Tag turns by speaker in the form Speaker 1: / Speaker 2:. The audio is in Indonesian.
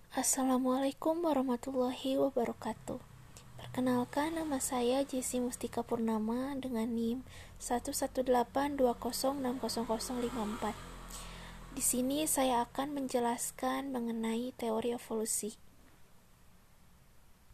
Speaker 1: Assalamualaikum warahmatullahi wabarakatuh. Perkenalkan, nama saya Jessy Mustika Purnama dengan NIM 11820600054. Di sini saya akan menjelaskan mengenai teori evolusi.